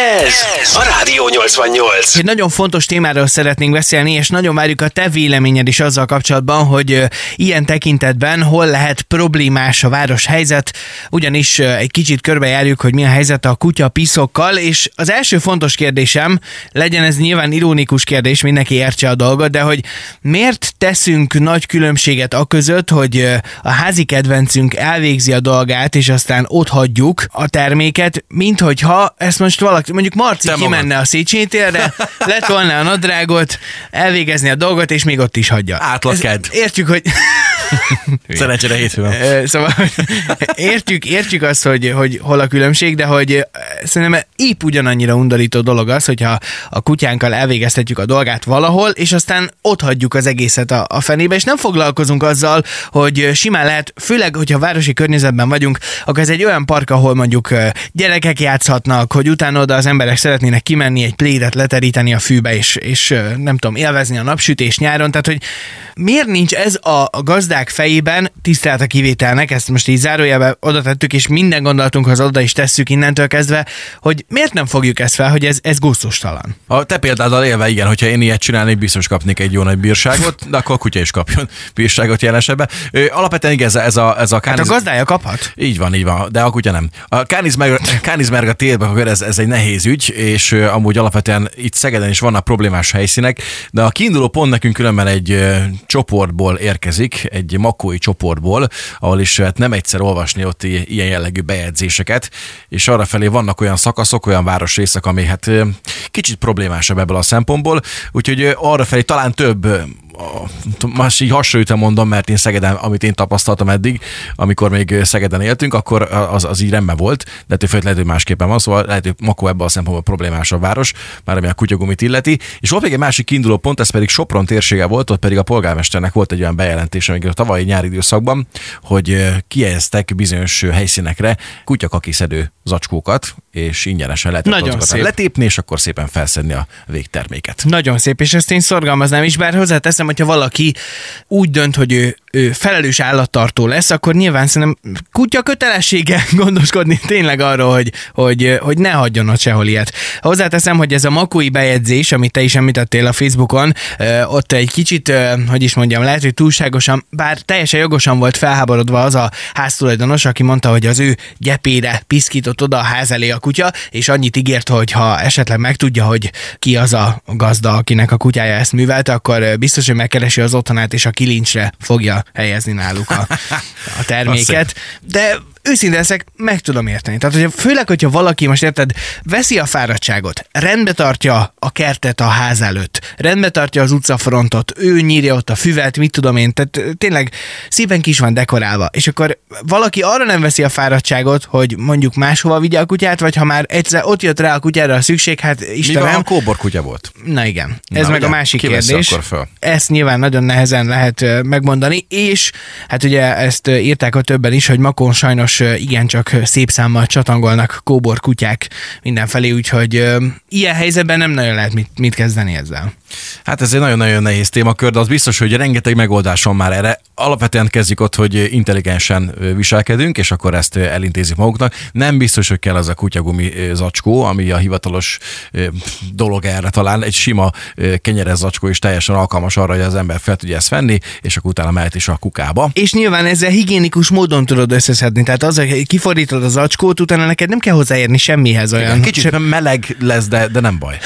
Ez a Rádió 88. Egy nagyon fontos témáról szeretnénk beszélni, és nagyon várjuk a te véleményed is azzal kapcsolatban, hogy ilyen tekintetben hol lehet problémás a városhelyzet, ugyanis egy kicsit körbejárjuk, hogy mi a helyzet a kutyapiszokkal, és az első fontos kérdésem, legyen ez nyilván ironikus kérdés, mindenki értse a dolgot, de hogy miért teszünk nagy különbséget aközött, hogy a házi kedvencünk elvégzi a dolgát, és aztán ott hagyjuk a terméket, mint hogyha ezt most valaki, mondjuk Marci kimenne a Széchenyi térre, letolná a nadrágot, elvégezni a dolgot, és még ott is hagyja. Átlagked. Értjük, hogy... Szerencsére hétfő van. Szóval értjük azt, hogy hol a különbség, de hogy szerintem épp ugyanannyira undorító dolog az, hogyha a kutyánkkal elvégeztetjük a dolgát valahol, és aztán ott hagyjuk az egészet a fenébe, és nem foglalkozunk azzal, hogy simán lehet, főleg, hogyha városi környezetben vagyunk, akkor ez egy olyan park, ahol mondjuk gyerekek játszhatnak, hogy utána oda az emberek szeretnének kimenni, egy plédet leteríteni a fűbe, és nem tudom, élvezni a napsütés nyáron, tehát hogy miért nincs ez a gazdák fejében, tisztelt a kivételnek, ezt most így zárójelbe oda tettük, és minden gondolatunkhoz oda is tesszük innentől kezdve, hogy miért nem fogjuk ezt fel, hogy ez gusztustalan. A te példáddal élve, igen, hogyha én ilyet csinálnék, biztos kapnék egy jó nagy bírságot, de akkor a kutya is kapjon bírságot jelen esetben. Alapvetően igen, ez a Hát a gazdája kaphat? Így van, de a kutya nem. A Kániszberga térben ez egy nehéz ügy, és amúgy alapvetően itt Szegeden is vannak problémás helyszínek, de a kiinduló pont nekünk különben egy csoportból érkezik, egy makói csoportból, ahol is hát nem egyszer olvasni ott ilyen jellegű bejegyzéseket, és arrafelé vannak olyan szakaszok, olyan városrészek, ami hát kicsit problémásabb ebből a szempontból, úgyhogy arrafelé talán több, más így hasonlóan mondom, mert én Szegeden, amit én tapasztaltam eddig, amikor még Szegeden éltünk, akkor az így rendben volt, de lehet, hogy másképpen van, szóval lehet, hogy Makó ebben a szempontból problémásabb város, már ami a kutyagumit illeti. És volt még egy másik kiinduló pont, ez pedig Sopron térsége volt, ott pedig a polgármesternek volt egy olyan bejelentés, amikor a tavalyi nyári időszakban, hogy kihelyeztek bizonyos helyszínekre kutyakakiszedő zacskókat, és ingyenesen lehetett azokat letépni, és akkor szépen felszedni a végterméket. Nagyon szép, és ezt én szorgalmaznám is, bár hozzáteszem, hogyha valaki úgy dönt, hogy ő felelős állattartó lesz, akkor nyilván szerintem kutya kötelessége gondoskodni tényleg arról, hogy ne hagyjon ott sehol ilyet. Hozzáteszem, hogy ez a makói bejegyzés, amit te is említettél a Facebookon, ott egy kicsit, hogy is mondjam, lehet, hogy túlságosan, bár teljesen jogosan volt felháborodva az a háztulajdonos, aki mondta, hogy az ő gyepére piszkított oda a ház elé a kutya, és annyit ígért, hogy ha esetleg megtudja, hogy ki az a gazda, akinek a kutyája ezt művelte, akkor biztos, hogy megkeresi az otthonát, és a kilincsre fogja helyezni náluk a terméket. De őszintén leszek, meg tudom érteni. Tehát, hogy főleg, hogyha valaki, most érted, veszi a fáradtságot, rendbe tartja a kertet a ház előtt, rendbe tartja az utcafrontot, ő nyírja ott a füvet, mit tudom én, tehát tényleg szépen kis van dekorálva. És akkor valaki arra nem veszi a fáradtságot, hogy mondjuk máshova vigye a kutyát, vagy ha már egyszer ott jött rá a kutyára a szükség, hát Istenem. Mi van, a kóbor kutya volt? Na igen, ez meg ugye, a másik kérdés. Föl? Ezt nyilván nagyon nehezen lehet megmondani, és hát ugye ezt írták a többen is, hogy Makón sajnos igencsak szép számmal csatangolnak kóbor kutyák mindenfelé, úgyhogy ilyen helyzetben nem nagyon lehet mit kezdeni ezzel. Hát ez egy nagyon-nagyon nehéz témakör, de az biztos, hogy rengeteg megoldás van már erre. Alapvetően kezdjük ott, hogy intelligensen viselkedünk, és akkor ezt elintézik maguknak. Nem biztos, hogy kell az a kutyagumi zacskó, ami a hivatalos dolog erre talán. Egy sima kenyeres zacskó is teljesen alkalmas arra, hogy az ember fel tudja ezt venni, és akkor utána mehet is a kukába. És nyilván ezzel higiénikus módon tudod összeszedni. Tehát az, hogy kifordítod az zacskót, utána neked nem kell hozzáérni semmihez olyan. Igen, kicsit meleg lesz, de nem baj.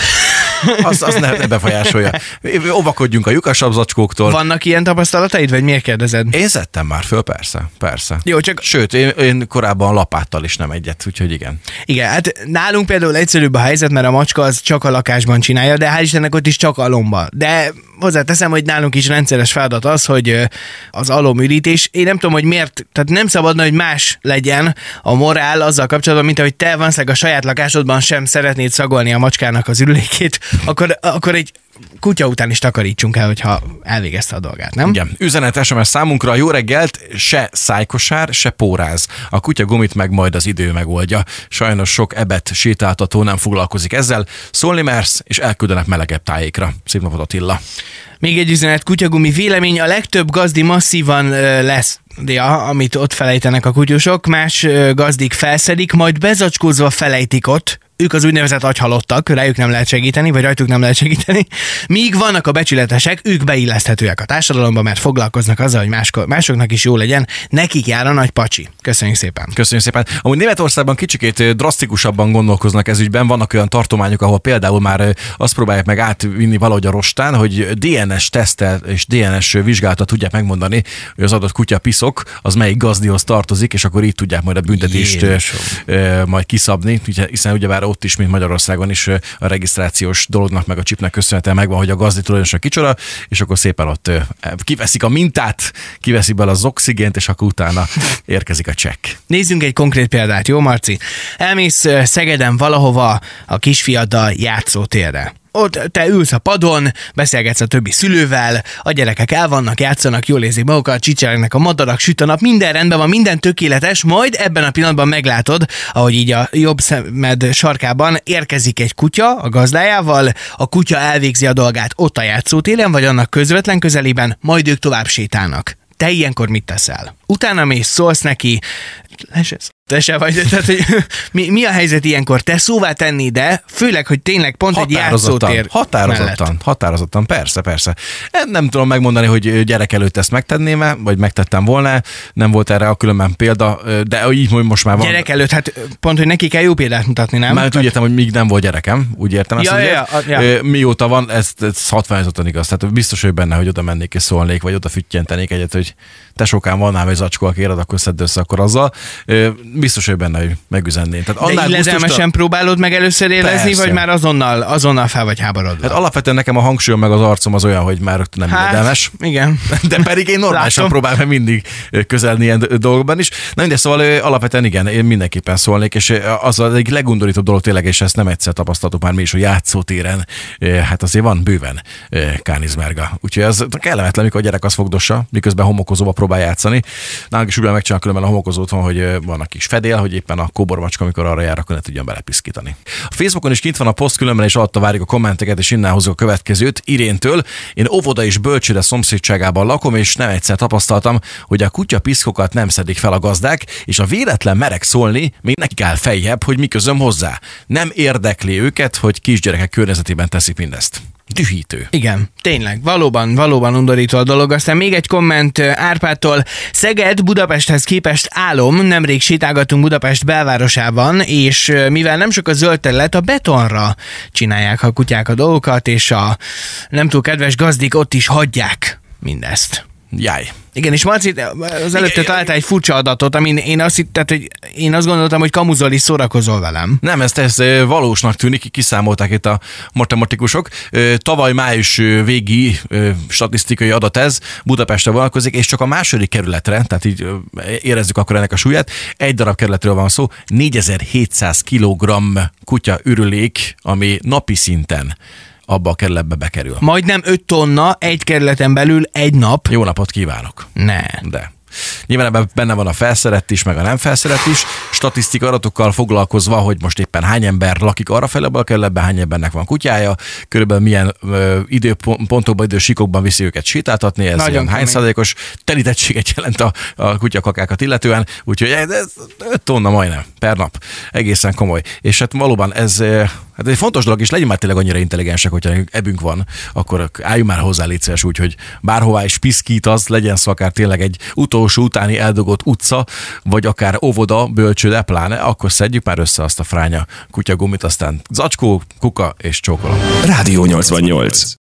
Az ne befolyásolja. Óvakodjunk a lyukasabb zacskóktól. Vannak ilyen tapasztalataid, vagy miért kérdezed? Én szedtem már föl, persze. Jó, csak... Sőt, én korábban lapáttal is nem egyet, úgyhogy igen. Igen, hát nálunk például egyszerűbb a helyzet, mert a macska az csak a lakásban csinálja, de hál' Istennek ott is csak alomba. De hozzáteszem, hogy nálunk is rendszeres feladat az, hogy az alomürítés. Én nem tudom, hogy miért, tehát nem szabadna, hogy más legyen a morál azzal kapcsolatban, mint ahogy te van a saját lakásodban sem szeretnéd szagolni a macskának az ürülékét, akkor egy kutya után is takarítsunk el, hogyha elvégezte a dolgát, nem? Igen. Üzenet SMS számunkra: jó reggelt, se szájkosár, se póráz. A kutya gumit meg majd az idő megoldja. Sajnos sok ebet sétáltató nem foglalkozik ezzel. Szólni mersz, és elküldenek melegebb tájékra. Szép napot, Attila. Még egy üzenet, kutyagumi vélemény: a legtöbb gazdi masszívan lesz, amit ott felejtenek a kutyusok, más gazdik felszedik, majd bezacskózva felejtik ott, ők az úgynevezett agyhalottak, rájuk nem lehet segíteni, vagy rajtuk nem lehet segíteni, míg vannak a becsületesek, ők beilleszthetőek a társadalomba, mert foglalkoznak azzal, hogy másoknak is jó legyen, nekik jár a nagy pacsi. Köszönjük szépen. Köszönjük szépen. Amúgy Németországban kicsikét drasztikusabban gondolkoznak ez ügyben, vannak olyan tartományok, ahol például már azt próbálják meg átvinni valahogy a rostán, hogy DNS tesztel és DNS vizsgálatot tudják megmondani, hogy az adott kutya piszok, az melyik gazdihoz tartozik, és akkor így tudják majd a büntetést majd kiszabni, hiszen ugyebár ott is, mint Magyarországon is a regisztrációs dolognak meg a chipnek köszönhetően megvan, hogy a gazdi tulajdonosa kicsoda, és akkor szépen ott kiveszik a mintát, kiveszik bele az oxigént, és akkor utána érkezik a csekk. Nézzünk egy konkrét példát, jó Marci? Elmész Szegeden valahova a kisfiaddal játszótérre. Ott te ülsz a padon, beszélgetsz a többi szülővel, a gyerekek el vannak, játszanak, jól érzik magukat, csicseregnek a madarak, süt a nap, minden rendben van, minden tökéletes, majd ebben a pillanatban meglátod, ahogy így a jobb szemed sarkában érkezik egy kutya a gazdájával, a kutya elvégzi a dolgát ott a játszótéren, vagy annak közvetlen közelében, majd ők tovább sétálnak. Te ilyenkor mit teszel? Utána mész, szólsz neki, te se vagy, tehát hogy mi a helyzet ilyenkor? Te szóvá tenni, de főleg, hogy tényleg pont egy játszótér Határozottan, persze. Nem tudom megmondani, hogy gyerek előtt ezt megtenném-e, vagy megtettem volna, nem volt erre a különben példa, de így most már van. Gyerek előtt, hát pont, hogy neki kell jó példát mutatni, nem? Mert úgy értem, hogy még nem volt gyerekem, úgy értem ezt, mióta van, ez 60-an igaz, tehát biztos, hogy benne, hogy oda mennék és szólnék, vagy oda füttyentenék egyet, hogy te sokán van nálam egy zacskó, aki éred, akkor szedd össze akkor azzal. Biztos, hogy benne, hogy megüzenném. De illedelmesen próbálod meg először élezni, vagy már azonnal fel vagy háborodva? Hát alapvetően nekem a hangsúlyom meg az arcom az olyan, hogy már nem illedelmes. Igen. De pedig én normálisan próbálom mindig közelni ilyen dolgokban is. Na mindegy, szóval alapvetően igen, én mindenképpen szólnék, és az az egyik legundorítóbb dolog tényleg, és ezt nem egyszer tapasztaltuk már mi is, hogy játszótéren, hát azért van bőven kániszmerga. Úgyhogy ez kellemetlen, mikor a gyerek azt fogdossa, miközben homokozóba próbál játszani. Nálunk is úgy megcsinálnak különben a homokozót, hogy van a kis fedél, hogy éppen a kóbormacska, amikor arra jár, akkor ne tudjon belepiszkítani. A Facebookon is kint van a poszt, különben is alatta várjuk a kommenteket, és innen hozzuk a következőt. Iréntől: én óvoda és bölcsőde szomszédságában lakom, és nem egyszer tapasztaltam, hogy a kutya piszkokat nem szedik fel a gazdák, és a véletlen merek szólni, még nekik áll feljebb, hogy mi közöm hozzá. Nem érdekli őket, hogy kisgyerekek környezetében teszik mindezt. Dühítő. Igen, tényleg, valóban undorító a dolog. Aztán még egy komment Árpádtól. Szeged Budapesthez képest álom, nemrég sétálgattunk Budapest belvárosában, és mivel nem sok a zöld terület, a betonra csinálják a kutyák a dolgokat, és a nem túl kedves gazdik ott is hagyják mindezt. Jaj. Igen, és Marci, az előtte találtál egy furcsa adatot, amin én azt gondoltam, hogy kamuzol és szórakozol velem. Nem, ez valósnak tűnik, kiszámolták itt a matematikusok. Tavaly május végi statisztikai adat ez, Budapestre vonatkozik, és csak a második kerületre, tehát így érezzük akkor ennek a súlyát, egy darab kerületről van szó, 4700 kg kutya ürülék, ami napi szinten abba a kerületbe bekerül. Majdnem 5 tonna egy kerületen belül egy nap. Jó napot kívánok! Ne. De. Nyilván ebben benne van a felszerelt is, meg a nem felszerelt is. Statisztikai adatokkal foglalkozva, hogy most éppen hány ember lakik arrafelé abban a kerületben, hány embernek van kutyája, körülbelül milyen időpontokban, idősíkokban viszi őket sétáltatni, ez ilyen hány százalékos telítettséget jelent a kutyakakákat illetően, úgyhogy ez 5 tonna majdnem per nap. Egészen komoly. És hát valóban ez hát egy fontos dolog, és legyünk már tényleg annyira intelligensek, hogyha ebünk van, akkor álljunk már hozzá, légy szíves, úgyhogy bárhová is piszkít az, legyen szó akár tényleg egy utolsó utáni eldugott utca, vagy akár óvoda, bölcsőde, pláne, akkor szedjük már össze azt a fránya kutyagumit, aztán zacskó, kuka és csókolom. Rádió 88.